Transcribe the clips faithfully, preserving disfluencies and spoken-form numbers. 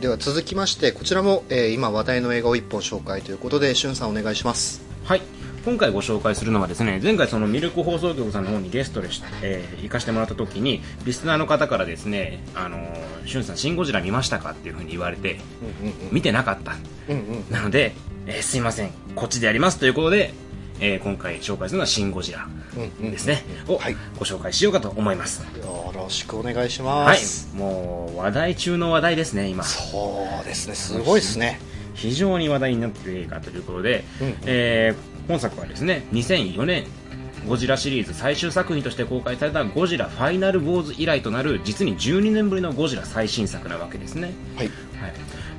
では続きましてこちらも、えー、今話題の映画をいっぽん紹介ということで、しゅんさんお願いします。 はい、今回ご紹介するのはですね、前回そのミルク放送局さんの方にゲストで、えー、行かせてもらった時にリスナーの方からですね、あのー、しゅんさんシンゴジラ見ましたかっていう風に言われて、うんうんうん、見てなかった、うんうん、なので、えー、すいませんこっちでやりますということで、えー、今回紹介するのはシンゴジラですね、うんうんうん、をご紹介しようかと思います。 よろしくお願いします。 はい、もう話題中の話題ですね今。 そうですね、すごいですね。 非常に話題になっている映画ということで、うんうん、えー、本作はですねにせんよねんゴジラシリーズ最終作品として公開されたゴジラファイナルウォーズ以来となる実にじゅうにねんぶりのゴジラ最新作なわけですね。はい、はい、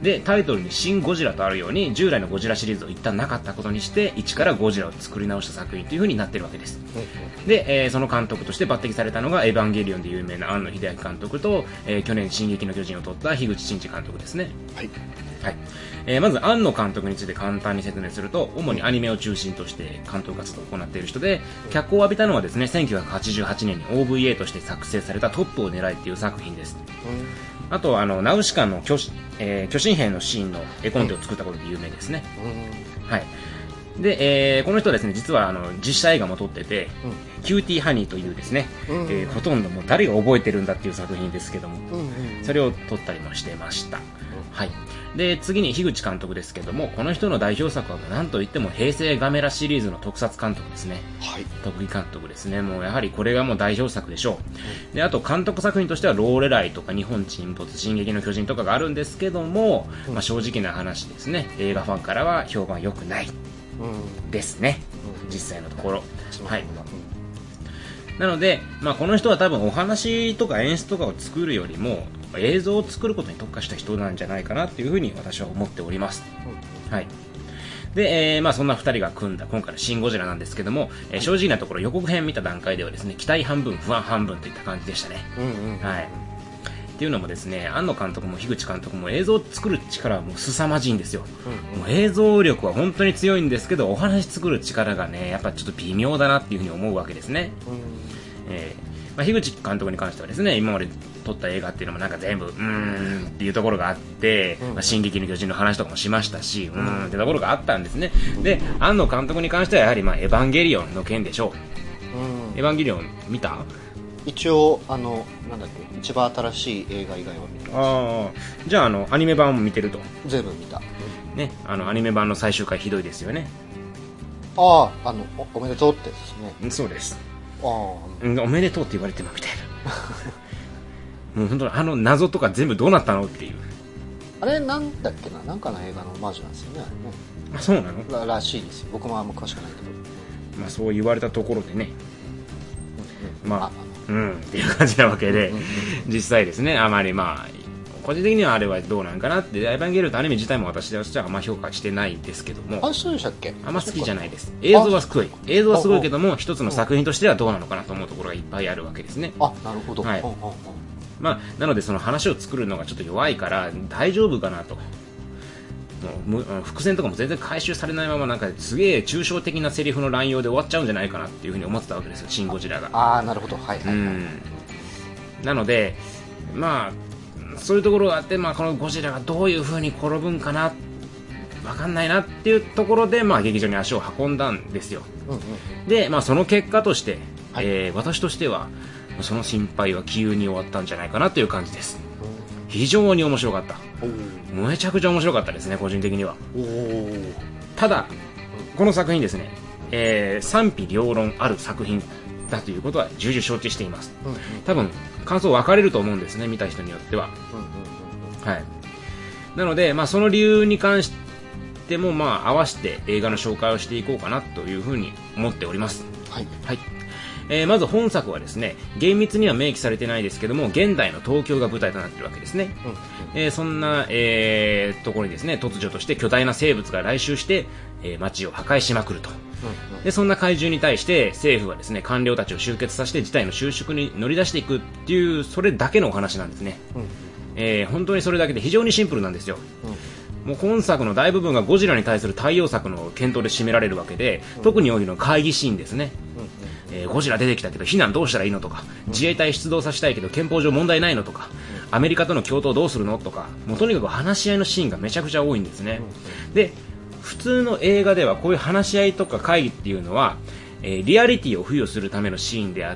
でタイトルに新ゴジラとあるように従来のゴジラシリーズを一旦なかったことにして一からゴジラを作り直した作品という風になっているわけです。うんうん、で、えー、その監督として抜擢されたのがエヴァンゲリオンで有名な庵野秀明監督と、えー、去年進撃の巨人を撮った樋口真嗣監督ですね。はい、はい、えー、まず庵野監督について簡単に説明すると、主にアニメを中心として監督活動を行っている人で、脚光を浴びたのはですねせんきゅうひゃくはちじゅうはちねんに オーブイエー として作成されたトップを狙えっていう作品です。うん、あとあのナウシカの巨、えー、巨神兵のシーンの絵コンテを作ったことで有名ですね。うん、はい。で、えー、この人はですね実はあの実写映画も撮ってて、うん、キューティーハニーというですね、うん、えー、ほとんどもう誰が覚えてるんだっていう作品ですけども、うんうん、それを撮ったりもしてました。うん、はい。で次に樋口監督ですけども、この人の代表作は何といっても平成ガメラシリーズの特撮監督ですね。はい、特技監督ですね。もうやはりこれがもう代表作でしょう。うん、であと監督作品としてはローレライとか日本沈没、進撃の巨人とかがあるんですけども、うん、まあ、正直な話ですね、映画ファンからは評判良くないですね、うん、実際のところ。はい。なので、まあ、この人は多分お話とか演出とかを作るよりも映像を作ることに特化した人なんじゃないかなというふうに私は思っております。うん、はい。で、えーまあ、そんなふたりが組んだ今回のシン・ゴジラなんですけども、えー、正直なところ予告編見た段階ではですね、期待半分不安半分といった感じでしたね。うんうん、はい。っていうのもですね、庵野監督も樋口監督も映像を作る力はもう凄まじいんですよ。うんうん、もう映像力は本当に強いんですけど、お話作る力がねやっぱちょっと微妙だなっていうふうに思うわけですね。うん、えーまあ、樋口監督に関してはですね、今まで撮った映画っていうのもなんか全部うーんっていうところがあって、うん、まあ、進撃の巨人の話とかもしましたし、うーんってところがあったんですね。で、庵野監督に関してはやはりまあエヴァンゲリオンの件でしょう。うん、エヴァンゲリオン見た？ 一応あのなんだっけ、一番新しい映画以外は見てました。ああ、じゃああのアニメ版も見てると？ 全部見た。 うん、ね、あのアニメ版の最終回ひどいですよね。 ああ、あの お, おめでとうってですね。 そうです。ああ、 うん、おめでとうって言われてもみたいな。もう本当にあの謎とか全部どうなったのっていう。 あれなんだっけな、なんかの映画のオマージュなんですよね。 あ、そうなの？ ら, らしいですよ。僕もあんま詳しくないけど。 まあそう言われたところでね。うんうん、まあ。あうんっていう感じなわけで、実際ですね、あまりまあ個人的にはあれはどうなんかなって、エヴァンゲリオンとアニメ自体も私としてはあんま評価してないんですけども、 あ、そうでしたっけ？ あんま好きじゃないです。映像はすごい、映像はすごいけども一つの作品としてはどうなのかなと思うところがいっぱいあるわけですね。 あ、なるほど。はい。 まあなのでその話を作るのがちょっと弱いから大丈夫かなと。もう伏線とかも全然回収されないままなんかすげえ抽象的なセリフの乱用で終わっちゃうんじゃないかなっていうふうに思ってたわけですよ、シン・ゴジラが。 ああ、なるほど。はいはい、はい、うん。 なのでまあそういうところがあって、まあ、このゴジラがどういう風に転ぶんかな分かんないなっていうところで、まあ、劇場に足を運んだんですよ。うんうん、で、まあ、その結果として、はい、えー、私としてはその心配は杞憂に終わったんじゃないかなという感じです。非常に面白かった。めちゃくちゃ面白かったですね、個人的には。ただこの作品ですね、えー、賛否両論ある作品だということは重々承知しています。うんうん、多分感想分かれると思うんですね、見た人によっては。はい。なので、まあ、その理由に関しても、まあ、合わせて映画の紹介をしていこうかなというふうに思っております。はい。はい。えー、まず本作はですね、厳密には明記されてないですけども、現代の東京が舞台となっているわけですね。うんうん、えー、そんな、えー、ところにですね、突如として巨大な生物が来襲して、えー、街を破壊しまくると。うんうん、でそんな怪獣に対して政府はですね、官僚たちを集結させて事態の収縮に乗り出していくっていう、それだけのお話なんですね。うんうん、えー、本当にそれだけで非常にシンプルなんですよ。うん、もう今作の大部分がゴジラに対する対応策の検討で占められるわけで、うん、特に多いのは会議シーンですね。うんうん、えー、ゴジラ出てきたけど避難どうしたらいいのとか、自衛隊出動させたいけど憲法上問題ないのとか、 アメリカとの共闘どうするのとか、もうとにかく話し合いのシーンがめちゃくちゃ多いんですね。で、普通の映画ではこういう話し合いとか会議っていうのは、えー、リアリティを付与するためのシーンであって、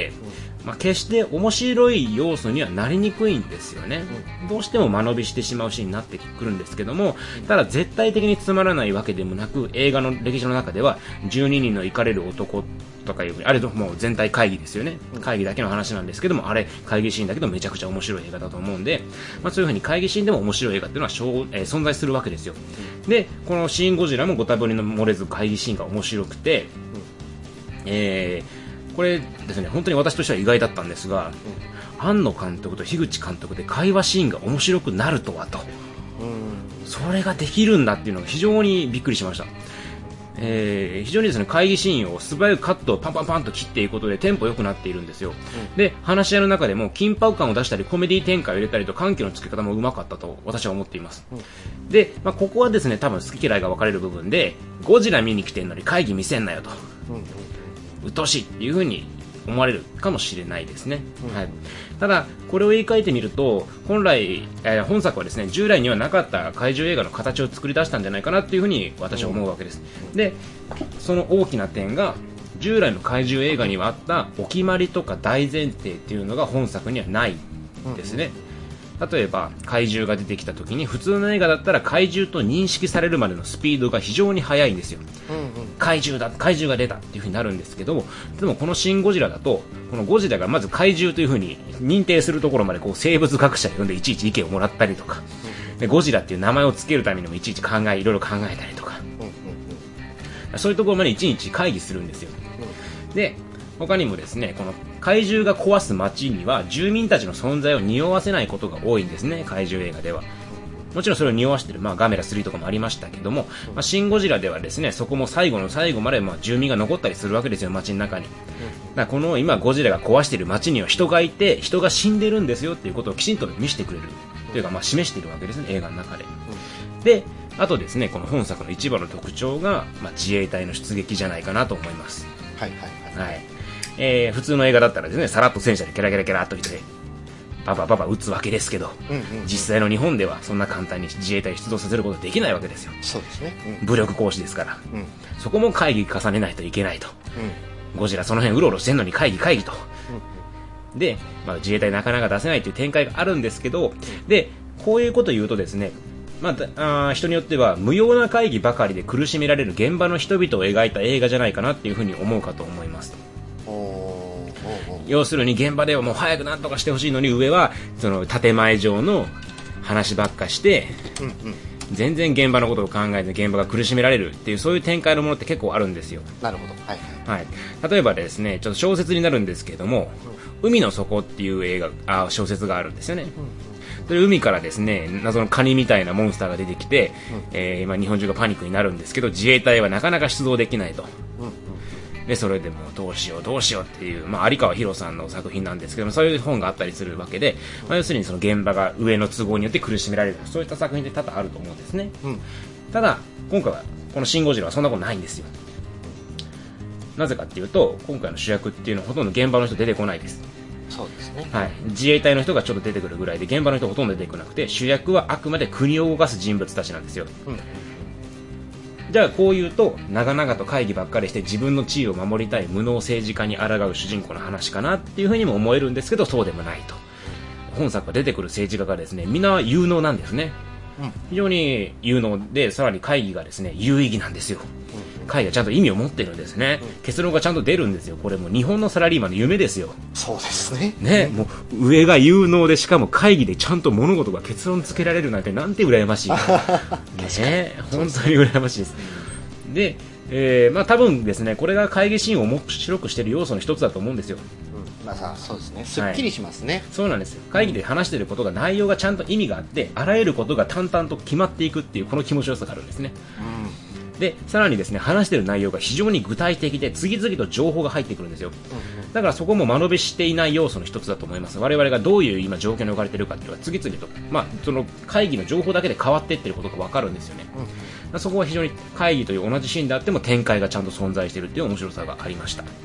まあ、決して面白い要素にはなりにくいんですよね。どうしても間延びしてしまうシーンになってくるんですけども、ただ絶対的につまらないわけでもなく、映画の歴史の中ではじゅうににんの怒れる男とかいう、あれともう全体会議ですよね。会議だけの話なんですけども、あれ会議シーンだけどめちゃくちゃ面白い映画だと思うんで、まあ、そういう風に会議シーンでも面白い映画っていうのは、えー、存在するわけですよ。で、このシン・ゴジラもご多分に漏れず会議シーンが面白くて、えーこれですね、本当に私としては意外だったんですが、うん、庵野監督と樋口監督で会話シーンが面白くなるとはと、うん、それができるんだっていうのが非常にびっくりしました。えー、非常にですね、会議シーンを素早くカットをパンパンパンと切っていくことでテンポ良くなっているんですよ。うん、で、話し合いの中でも緊迫感を出したりコメディ展開を入れたりと緩急のつけ方もうまかったと私は思っています。うん、で、まあ、ここはですね、多分好き嫌いが分かれる部分で、ゴジラ見に来てんのに会議見せんなよと。うん鬱陶しいっていう風に思われるかもしれないですね。うん、はい。ただこれを言い換えてみると、本来、えー、本作はですね、従来にはなかった怪獣映画の形を作り出したんじゃないかなっていう風に私は思うわけです。うん、で、その大きな点が従来の怪獣映画にはあったお決まりとか大前提っていうのが本作にはないですね。うん例えば怪獣が出てきた時に普通の映画だったら怪獣と認識されるまでのスピードが非常に速いんですよ。うんうん、怪獣だ怪獣が出たっていう風になるんですけど、でもこのシン・ゴジラだとこのゴジラがまず怪獣という風に認定するところまでこう生物学者で呼んでいちいち意見をもらったりとか、うん、でゴジラっていう名前を付けるためにもいちいち考えいろいろ考えたりとか、うんうんうん、そういうところまでいちいち会議するんですよ。うん、で他にもですね、この怪獣が壊す街には住民たちの存在を匂わせないことが多いんですね、怪獣映画では。もちろんそれを匂わしてる、まあ、ガメラスリーとかもありましたけども、まあ、シン・ゴジラではですね、そこも最後の最後までまあ住民が残ったりするわけですよ、街の中に。だからこの今ゴジラが壊している街には人がいて、人が死んでるんですよっていうことをきちんと見せてくれるというか、まあ、示しているわけですね、映画の中で。で、あとですね、この本作の一番の特徴が、まあ、自衛隊の出撃じゃないかなと思います。はいはいはい。はいえー、普通の映画だったらですね、さらっと戦車でケラケラケラっといてババババ撃つわけですけど、うんうんうん、実際の日本ではそんな簡単に自衛隊出動させることはできないわけですよ。そうですね、うん、武力行使ですから、うん、そこも会議重ねないといけないと、うん、ゴジラその辺うろうろしてんのに会議会議と、うん、で、まあ、自衛隊なかなか出せないという展開があるんですけど、うん、でこういうことを言うとですね、まあ、あ人によっては無用な会議ばかりで苦しめられる現場の人々を描いた映画じゃないかなっていうふうに思うかと思います。要するに現場ではもう早くなんとかしてほしいのに、上はその建前上の話ばっかして、うんうん、全然現場のことを考えて現場が苦しめられるっていう、そういう展開のものって結構あるんですよ。なるほど、はいはい、例えばですね、ちょっと小説になるんですけれども、うん、海の底っていう映画あ小説があるんですよね。うんそれ海からですね、謎のカニみたいなモンスターが出てきて、うんえー、今日本中がパニックになるんですけど、自衛隊はなかなか出動できないと、うんうん、でそれでもどうしようどうしようっていう、まあ、有川博さんの作品なんですけども、そういう本があったりするわけで、まあ、要するにその現場が上の都合によって苦しめられる、そういった作品って多々あると思うんですね、うん、ただ今回はこのシン・ゴジラはそんなことないんですよ。なぜかっていうと、今回の主役っていうのはほとんど現場の人出てこないです。そうですね、はい、自衛隊の人がちょっと出てくるぐらいで、現場の人ほとんど出てこなくて、主役はあくまで国を動かす人物たちなんですよ、うん、じゃあこう言うと長々と会議ばっかりして自分の地位を守りたい無能政治家に抗う主人公の話かなっていうふうにも思えるんですけど、そうでもないと。本作が出てくる政治家がですね、みんな有能なんですね、うん、非常に有能で、さらに会議がですね有意義なんですよ。会がちゃんと意味を持ってるんですね、うん、結論がちゃんと出るんですよ。これも日本のサラリーマンの夢ですよ。そうですね。ね、もう上が有能で、しかも会議でちゃんと物事が結論付けられるなんて、なんて羨ましいね、本当に羨ましいです。で、えー、まあ多分ですね、これが会議シーンを面白くしている要素の一つだと思うんですよ。まあ、さそうですね、すっきりしますね、はい、そうなんですよ。会議で話していることが、内容がちゃんと意味があって、あらゆることが淡々と決まっていくっていう、この気持ちよさがあるんですね、うんでさらにですね、話している内容が非常に具体的で次々と情報が入ってくるんですよ。だからそこも間延びしていない要素の一つだと思います。我々がどういう今状況に置かれているかっていうのは次々と、まあ、その会議の情報だけで変わっていっていることが分かるんですよね。そこは非常に会議という同じシーンであっても展開がちゃんと存在しているっていう面白さがありました。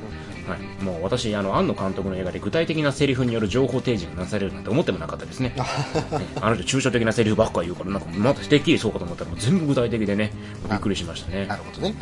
はい、もう私あの庵野監督の映画で具体的なセリフによる情報提示がなされるなんて思ってもなかったですね。ね、あの人抽象的なセリフばっかり言うからなんかまたてっきりそうかと思ったらもう全部具体的でねびっくりしましたね。 なるほどね。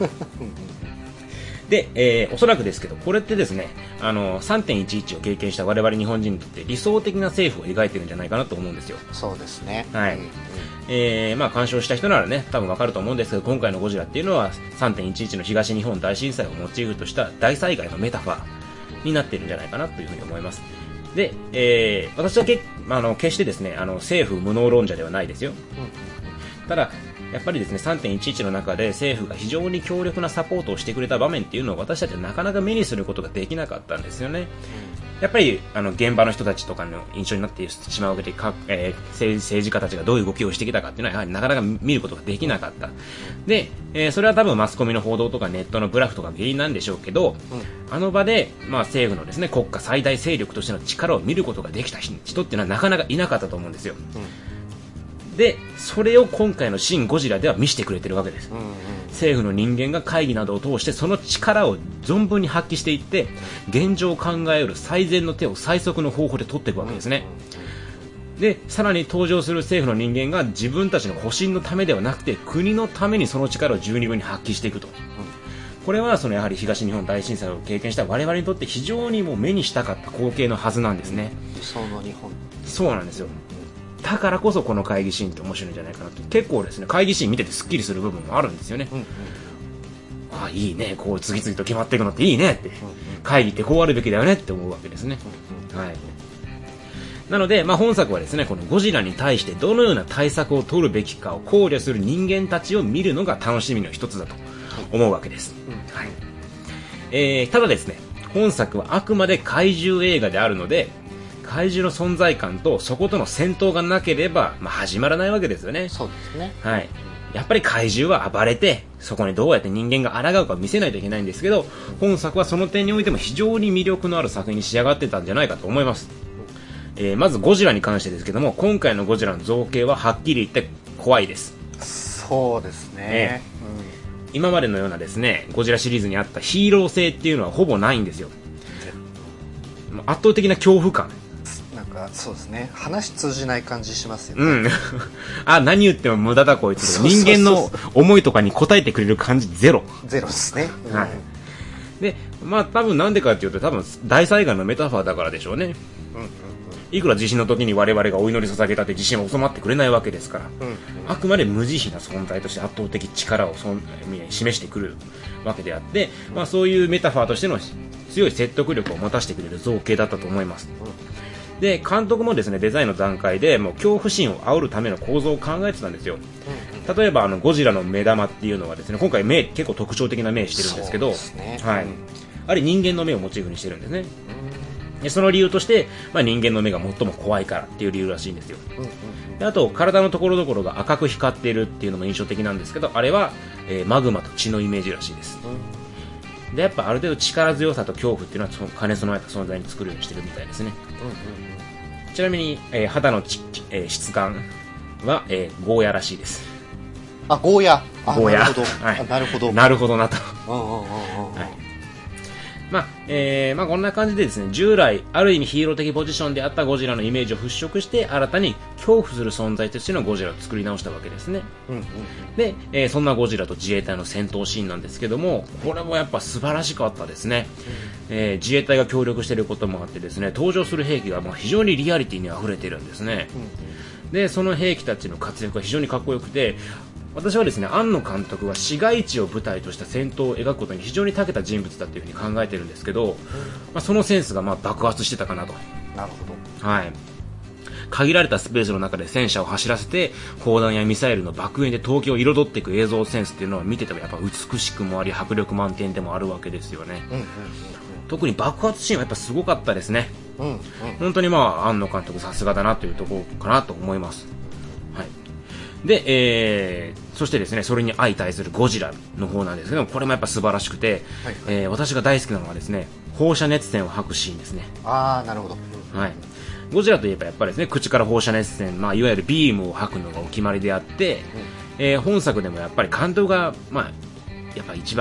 で、えー、おそらくですけどこれってですねあの さんてんいちいち を経験した我々日本人にとって理想的な政府を描いてるんじゃないかなと思うんですよ。 そうですね。 はい、うんうん、えー、まあ鑑賞した人ならね多分わかると思うんですけど今回のゴジラっていうのは さんてんいちいち の東日本大震災をモチーフとした大災害のメタファーになってるんじゃないかなというふうに思います。で、えー、私はけあの決してですねあの政府無能論者ではないですよ。うん、ただやっぱりですね さんてんいちいち の中で政府が非常に強力なサポートをしてくれた場面っていうのを私たちはなかなか目にすることができなかったんですよね。やっぱりあの現場の人たちとかの印象になってしまうわけでか、えー、政, 政治家たちがどういう動きをしてきたかっていうのはやはりなかなか見ることができなかったで、えー、それは多分マスコミの報道とかネットのブラフとか原因なんでしょうけど、うん、あの場で、まあ、政府のですね国家最大勢力としての力を見ることができた人っていうのはなかなかいなかったと思うんですよ。うん、でそれを今回のシン・ゴジラでは見せてくれてるわけです。うんうん、政府の人間が会議などを通してその力を存分に発揮していって現状を考える最善の手を最速の方法で取っていくわけですね。でさらに登場する政府の人間が自分たちの保身のためではなくて国のためにその力を十二分に発揮していくと。これはそのやはり東日本大震災を経験した我々にとって非常にもう目にしたかった光景のはずなんですね。 その日本そうなんですよ。だからこそこの会議シーンって面白いんじゃないかなと。結構ですね会議シーン見ててスッキリする部分もあるんですよね。うんうん、ああいいねこう次々と決まっていくのっていいねって、うんうん、会議ってこうあるべきだよねって思うわけですね。うんうん、はい、なので、まあ、本作はですねこのゴジラに対してどのような対策を取るべきかを考慮する人間たちを見るのが楽しみの一つだと思うわけです。うんはい、えー、ただですね本作はあくまで怪獣映画であるので怪獣の存在感とそことの戦闘がなければ、まあ、始まらないわけですよね。 そうですね。 はい。やっぱり怪獣は暴れてそこにどうやって人間が抗うかを見せないといけないんですけど本作はその点においても非常に魅力のある作品に仕上がってたんじゃないかと思います。えー、まずゴジラに関してですけども今回のゴジラの造形ははっきり言って怖いです。 そうですね。 えーうん、今までのようなですねゴジラシリーズにあったヒーロー性っていうのはほぼないんですよ。圧倒的な恐怖感なんかそうですね話通じない感じしますよね。 うんあ何言っても無駄だこいつ人間の思いとかに応えてくれる感じゼロゼロですね。うん、はいでまあ多分なんでかっていうと多分大災害のメタファーだからでしょうね。うんうんうん、いくら地震の時に我々がお祈り捧げたって地震は収まってくれないわけですから、うんうん、あくまで無慈悲な存在として圧倒的力をそん示してくるわけであって、うんまあ、そういうメタファーとしての強い説得力を持たせてくれる造形だったと思います。うんで監督もですねデザインの段階でもう恐怖心を煽るための構造を考えてたんですよ。うんうん、例えばあのゴジラの目玉っていうのはですね今回目結構特徴的な目してるんですけどそ、ねはいうん、あれ人間の目をモチーフにしてるんですね。うん、でその理由として、まあ、人間の目が最も怖いからっていう理由らしいんですよ。うんうんうん、であと体のところどころが赤く光っているっていうのも印象的なんですけどあれは、えー、マグマと血のイメージらしいです。うん、でやっぱある程度力強さと恐怖っていうのは兼ね備えた存在に作るようにしてるみたいですね。うんうんちなみに、えー、肌のち、えー、質感は、えー、ゴーヤらしいです。 あ、ゴーヤ。 ゴーヤ。 なるほど。 はい、 なるほど。 なるほどなと。 うんうんうんうん。はい。 まあ、えー、まあこんな感じでですね、従来ある意味ヒーロー的ポジションであったゴジラのイメージを払拭して新たに恐怖する存在としてのゴジラを作り直したわけですね。うんうんうん、で、えー、そんなゴジラと自衛隊の戦闘シーンなんですけども、これもやっぱ素晴らしかったですね。うんえー、自衛隊が協力していることもあってですね、登場する兵器がまあ非常にリアリティに溢れてるんですね。うんうん、で、その兵器たちの活躍が非常にかっこよくて、私はですね、庵野監督は市街地を舞台とした戦闘を描くことに非常に長けた人物だというふうに考えてるんですけど、うんまあ、そのセンスがまあ爆発してたかなと。 なるほど。 はい。限られたスペースの中で戦車を走らせて砲弾やミサイルの爆煙で東京を彩っていく映像センスっていうのは見ててもやっぱ美しくもあり迫力満点でもあるわけですよね。うんうんうんうん、特に爆発シーンはやっぱすごかったですね。うんうん、本当にまあ庵野監督さすがだなというところかなと思います。はい。で、えー、そしてですね、それに相対するゴジラの方なんですけども、これもやっぱ素晴らしくて、はいえー、私が大好きなのはですね、放射熱線を吐くシーンですね。 あー、なるほど。 はい。ゴジラといえばやっぱりですね、口から放射熱線、まあ、いわゆるビームを吐くのがお決まりであって、うんえー、本作でもやっぱり監督が、まあ、やっぱ一番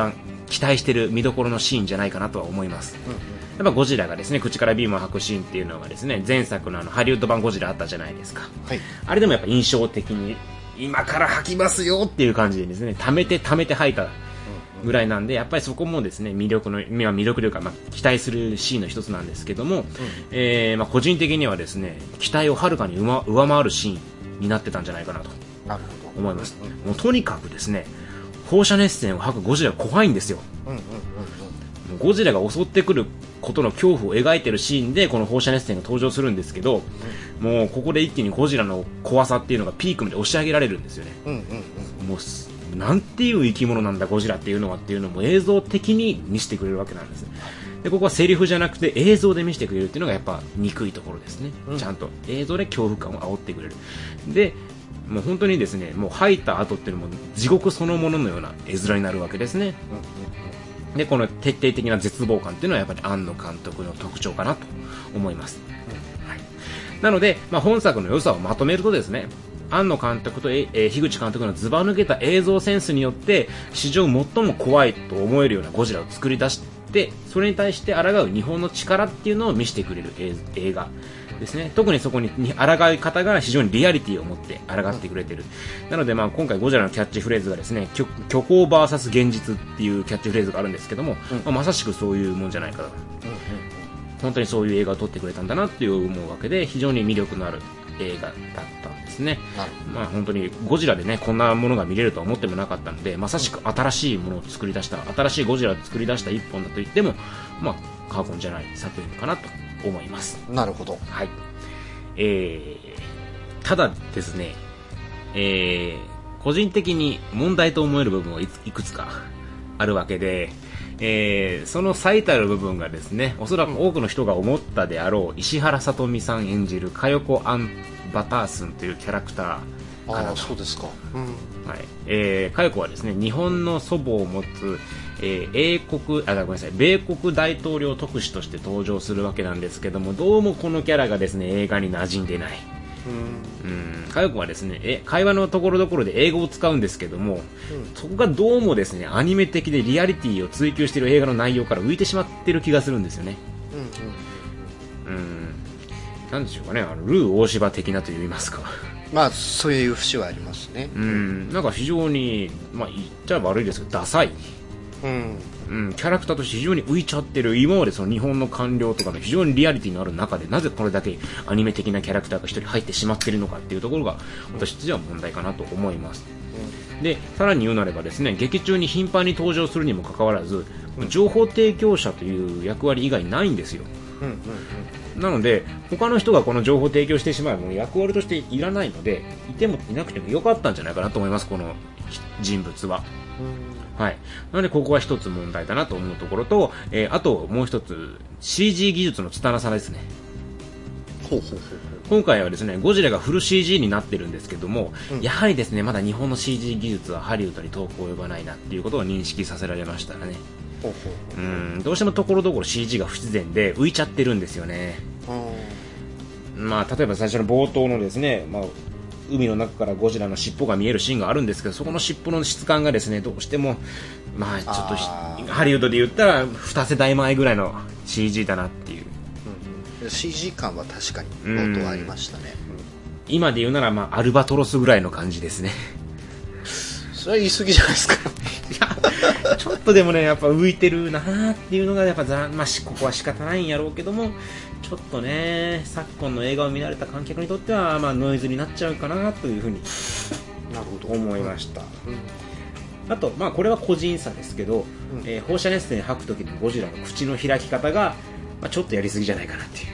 期待してる見どころのシーンじゃないかなとは思います。うんうん、やっぱゴジラがですね口からビームを吐くシーンっていうのがですね前作のあのハリウッド版ゴジラあったじゃないですか、はい、あれでもやっぱ印象的に今から吐きますよっていう感じでですね溜めて溜めて吐いたぐらいなんで、やっぱりそこもですね魅力の魅力というか、まあ、期待するシーンの一つなんですけども、うんえーまあ、個人的にはですね期待をはるかに上回るシーンになってたんじゃないかなと思います。もうとにかくですね放射熱線を吐くゴジラが怖いんですよ。うんうんうんうん、ゴジラが襲ってくることの恐怖を描いてるシーンでこの放射熱線が登場するんですけど、うん、もうここで一気にゴジラの怖さっていうのがピークまで押し上げられるんですよね。うんうんうん、もうなんていう生き物なんだゴジラっていうのはっていうのも映像的に見せてくれるわけなんです。でここはセリフじゃなくて映像で見せてくれるっていうのがやっぱ憎いところですね。うん、ちゃんと映像で恐怖感を煽ってくれる。でもう本当にですねもう吐いた後っていうのも地獄そのもののような絵面になるわけですね。うん、でこの徹底的な絶望感っていうのはやっぱり庵野監督の特徴かなと思います。うんはい、なので、まあ、本作の良さをまとめるとですね庵野監督と、えー、樋口監督のずば抜けた映像センスによって史上最も怖いと思えるようなゴジラを作り出してそれに対して抗う日本の力っていうのを見せてくれる映画ですね。特にそこに抗い方が非常にリアリティを持って抗ってくれている。なのでまあ今回ゴジラのキャッチフレーズがですね虚構 ブイエス 現実っていうキャッチフレーズがあるんですけども、うんまあ、まさしくそういうもんじゃないかと、うんうん、本当にそういう映画を撮ってくれたんだなっていう思うわけで非常に魅力のある映画だったんですね。まあ本当にゴジラでねこんなものが見れるとは思ってもなかったのでまさしく新しいものを作り出した新しいゴジラを作り出した一本だと言ってもまあ過言じゃない作品かなと思います。 なるほど。 はい。えー、ただですね、えー、個人的に問題と思える部分はいくつかあるわけで、えー、その最たる部分がですねおそらく多くの人が思ったであろう石原さとみさん演じる佳代子アン・バタースンというキャラクターかなと。 あ、そうですか。うんはいえー、佳代子はですね日本の祖母を持つえー、英国あごめんなさい米国大統領特使として登場するわけなんですけどもどうもこのキャラがですね映画に馴染んでない。うんうん佳代子はですねえ会話のところどころで英語を使うんですけども、うん、そこがどうもですねアニメ的でリアリティを追求している映画の内容から浮いてしまっている気がするんですよね。うんうんうんなんでしょうかねあのルー大柴的なと言いますかまあそういう節はありますね。 うんなんか非常にまあ言っちゃ悪いですけどダサいうんうん、キャラクターとして非常に浮いちゃってる。今までその日本の官僚とかの非常にリアリティのある中でなぜこれだけアニメ的なキャラクターが一人入ってしまっているのかっていうところが私としては問題かなと思います。うん、でさらに言うなればですね劇中に頻繁に登場するにもかかわらず情報提供者という役割以外ないんですよ。うんうんうん、なので他の人がこの情報を提供してしまえば役割としていらないのでいてもいなくてもよかったんじゃないかなと思いますこの人物は。うんはい。なので、ここは一つ問題だなと思うところと、えー、あともう一つ、シージー 技術の拙さですね。ほうほうほうほう今回はですね、ゴジラがフル シージー になってるんですけども、うん、やはりですね、まだ日本の シージー 技術はハリウッドに遠く及ばないなっていうことを認識させられましたね。ほうほうほううんどうしてもところどころ シージー が不自然で浮いちゃってるんですよね。まあ、例えば最初の冒頭のですね、まあ海の中からゴジラの尻尾が見えるシーンがあるんですけどそこの尻尾の質感がですねどうしてもまあちょっとハリウッドで言ったらに世代前ぐらいの シージー だなっていう、 うん、シージー 感は確かに冒頭ありましたね、 うん、今で言うなら、まあ、アルバトロスぐらいの感じですね。 それは言い過ぎじゃないですか。 いやちょっとでもねやっぱ浮いてるなーっていうのがやっぱざ、まあ、ここは仕方ないんやろうけどもちょっとね昨今の映画を見慣れた観客にとっては、まあ、ノイズになっちゃうかなというふうに思いました。うん、あと、まあ、これは個人差ですけど、うんえー、放射熱線吐く時のゴジラの口の開き方が、まあ、ちょっとやりすぎじゃないかなっていう。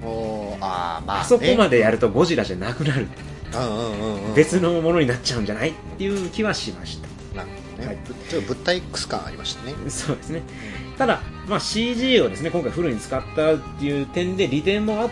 おあ、まあね、あそこまでやるとゴジラじゃなくなる、うんうん、別のものになっちゃうんじゃないっていう気はしました。なるほどね、はい、 ちょっと物体 X 感ありましたね。 そうですね。ただ、まあ、シージー をですね今回フルに使ったっていう点で利点もあって、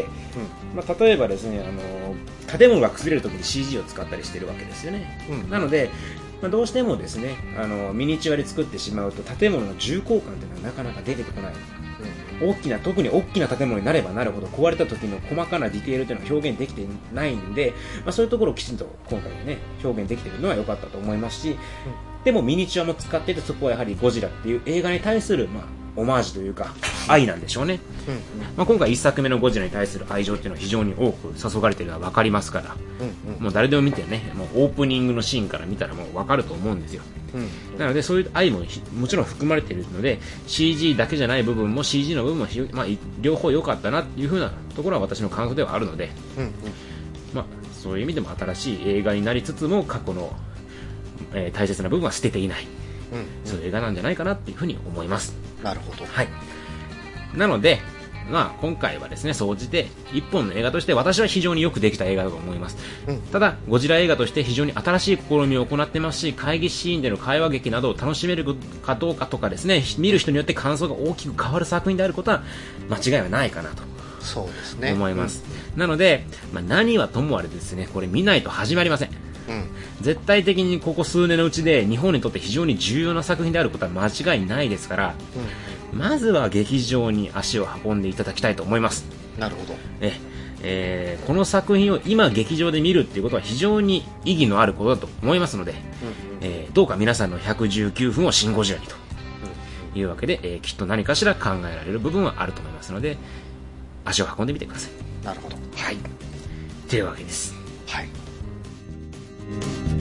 うんまあ、例えばですねあの建物が崩れるときに シージー を使ったりしてるわけですよね。うん、なので、まあ、どうしてもですねあのミニチュアで作ってしまうと建物の重厚感というのはなかなか出てこない。うん、大きな特に大きな建物になればなるほど壊れた時の細かなディテールというのは表現できてないんで、まあ、そういうところをきちんと今回ね表現できているのは良かったと思いますし、 でもミニチュアも使ってて、そこはやはりゴジラっていう映画に対する、まあ、オマージュというか愛なんでしょうね、うんうん、まあ、今回いっさくめのゴジラに対する愛情っていうのは非常に多く注がれているのは分かりますから、うんうん、もう誰でも見てね、もうオープニングのシーンから見たらもう分かると思うんですよ、うんうん、なのでそういう愛ももちろん含まれているので シージー だけじゃない部分も シージー の部分も、まあ、両方良かったなっていう風なところは私の感想ではあるので、うんうん、まあ、そういう意味でも新しい映画になりつつも過去の、えー、大切な部分は捨てていない、うんうん、そういう映画なんじゃないかなっていうふうに思います。 なるほど。 はい。なので、まあ、今回はですね、総じて一本の映画として私は非常によくできた映画だと思います、うん、ただゴジラ映画として非常に新しい試みを行ってますし、会議シーンでの会話劇などを楽しめるかどうかとかですね、見る人によって感想が大きく変わる作品であることは間違いはないかなとそうですね思います、うん、なので、まあ、何はともあれですね、これ見ないと始まりません、うん、絶対的にここ数年のうちで日本にとって非常に重要な作品であることは間違いないですから、うん、まずは劇場に足を運んでいただきたいと思います。 なるほど。 え、えー、この作品を今劇場で見るっていうことは非常に意義のあることだと思いますので、うんうん、えー、どうか皆さんのひゃくじゅうきゅうふんをシン・ゴジラにというわけで、えー、きっと何かしら考えられる部分はあると思いますので、足を運んでみてください。 なるほど。 はい。というわけです。 はい。